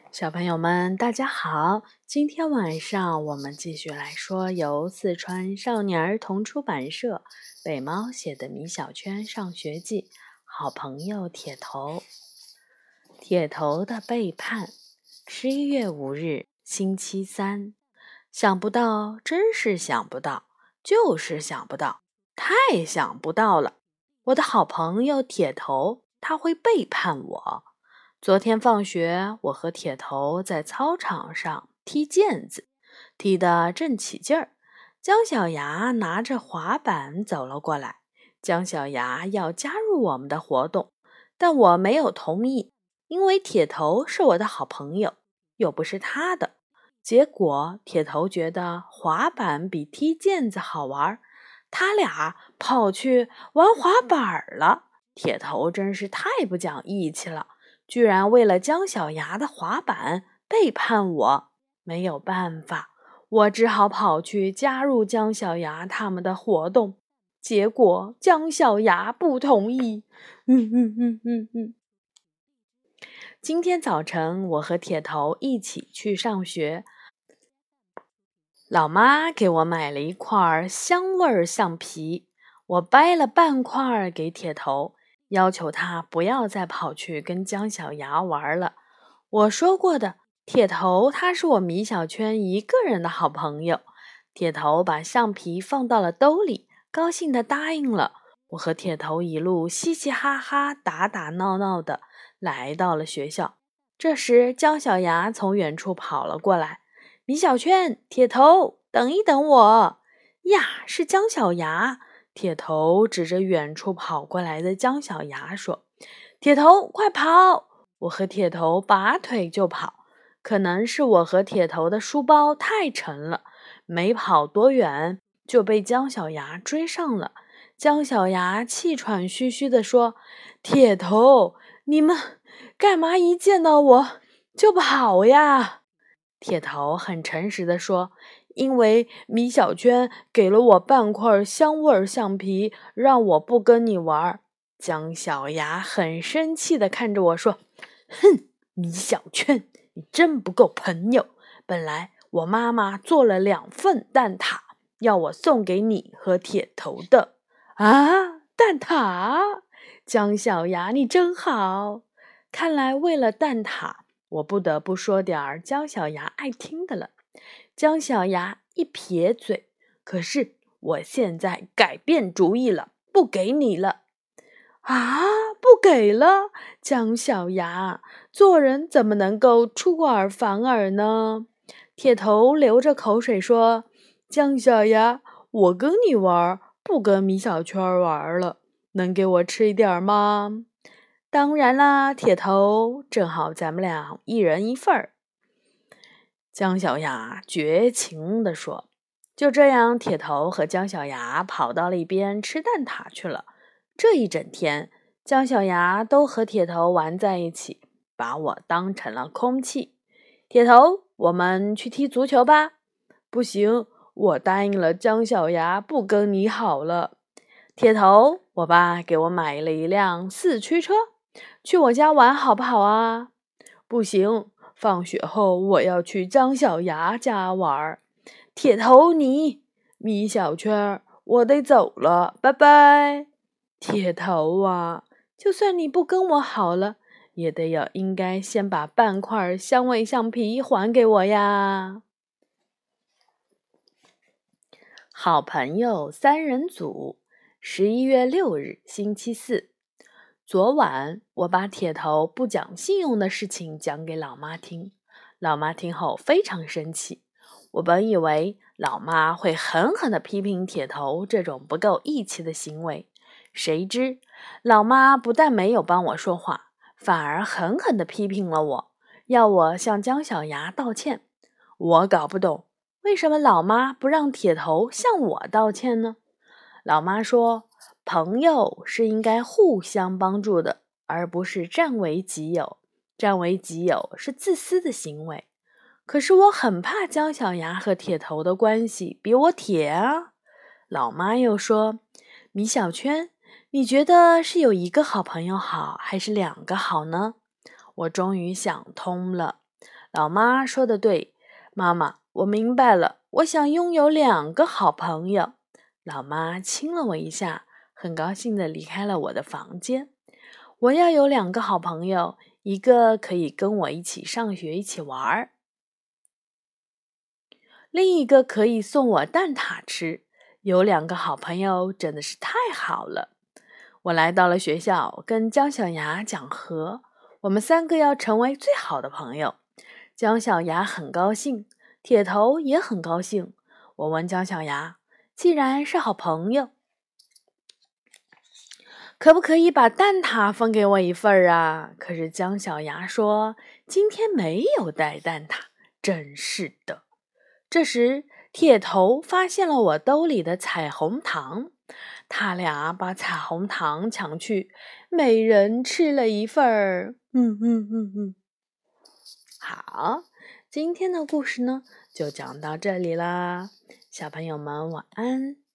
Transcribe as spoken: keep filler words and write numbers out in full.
小朋友们，大家好！今天晚上我们继续来说由四川少年儿童出版社北猫写的《米小圈上学记》，好朋友铁头。铁头的背叛。十一月五日，星期三。想不到，真是想不到，就是想不到，太想不到了！我的好朋友铁头，他会背叛我。昨天放学，我和铁头在操场上踢毽子，踢得正起劲儿。姜小牙拿着滑板走了过来，姜小牙要加入我们的活动，但我没有同意，因为铁头是我的好朋友，又不是他的。结果铁头觉得滑板比踢毽子好玩，他俩跑去玩滑板了。铁头真是太不讲义气了，居然为了姜小牙的滑板背叛我。没有办法，我只好跑去加入姜小牙他们的活动。结果姜小牙不同意。嗯嗯嗯嗯嗯。今天早晨，我和铁头一起去上学。老妈给我买了一块香味橡皮，我掰了半块给铁头，要求他不要再跑去跟姜小牙玩了。我说过的，铁头他是我米小圈一个人的好朋友。铁头把橡皮放到了兜里，高兴地答应了。我和铁头一路嘻嘻哈哈、打打闹闹的来到了学校。这时，姜小牙从远处跑了过来。米小圈，铁头，等一等我！呀，是姜小牙！铁头指着远处跑过来的姜小牙说：“铁头，快跑！”我和铁头拔腿就跑。可能是我和铁头的书包太沉了，没跑多远就被姜小牙追上了。姜小牙气喘吁吁地说：“铁头，你们干嘛一见到我就跑呀？”铁头很诚实地说：“因为米小圈给了我半块香味橡皮，让我不跟你玩。”姜小牙很生气地看着我说：“哼，米小圈，你真不够朋友。本来我妈妈做了两份蛋挞，要我送给你和铁头的。”啊，蛋挞！姜小牙，你真好。看来为了蛋挞，我不得不说点儿姜小牙爱听的了。姜小牙一撇嘴：“可是我现在改变主意了，不给你了。”啊，不给了？姜小牙，做人怎么能够出尔反尔呢？铁头流着口水说：“姜小牙，我跟你玩，不跟米小圈玩了，能给我吃一点吗？”当然啦，铁头，正好咱们俩一人一份儿。姜小牙绝情地说。就这样，铁头和姜小牙跑到了一边吃蛋挞去了。这一整天，姜小牙都和铁头玩在一起，把我当成了空气。铁头，我们去踢足球吧。不行，我答应了姜小牙，不跟你好了。铁头，我爸给我买了一辆四驱车，去我家玩好不好啊？不行，放学后我要去姜小牙家玩。铁头你，米小圈，我得走了，拜拜。铁头啊，就算你不跟我好了，也得要应该先把半块香味橡皮还给我呀。好朋友三人组。十一月六日，星期四。昨晚我把铁头不讲信用的事情讲给老妈听，老妈听后非常生气。我本以为老妈会狠狠地批评铁头这种不够义气的行为，谁知老妈不但没有帮我说话，反而狠狠地批评了我，要我向姜小牙道歉。我搞不懂，为什么老妈不让铁头向我道歉呢？老妈说，朋友是应该互相帮助的，而不是占为己有。占为己有是自私的行为。可是我很怕姜小牙和铁头的关系比我铁啊。老妈又说，米小圈，你觉得是有一个好朋友好，还是两个好呢？我终于想通了。 老妈说的对，妈妈，我明白了，我想拥有两个好朋友。老妈亲了我一下，很高兴地离开了我的房间。我要有两个好朋友，一个可以跟我一起上学一起玩，另一个可以送我蛋挞吃。有两个好朋友真的是太好了。我来到了学校，跟姜小牙讲和，我们三个要成为最好的朋友。姜小牙很高兴，铁头也很高兴。我问姜小牙，既然是好朋友，可不可以把蛋挞分给我一份儿啊？可是姜小牙说，今天没有带蛋挞，真是的。这时，铁头发现了我兜里的彩虹糖，他俩把彩虹糖抢去，每人吃了一份儿。嗯嗯嗯嗯。好，今天的故事呢，就讲到这里啦，小朋友们晚安。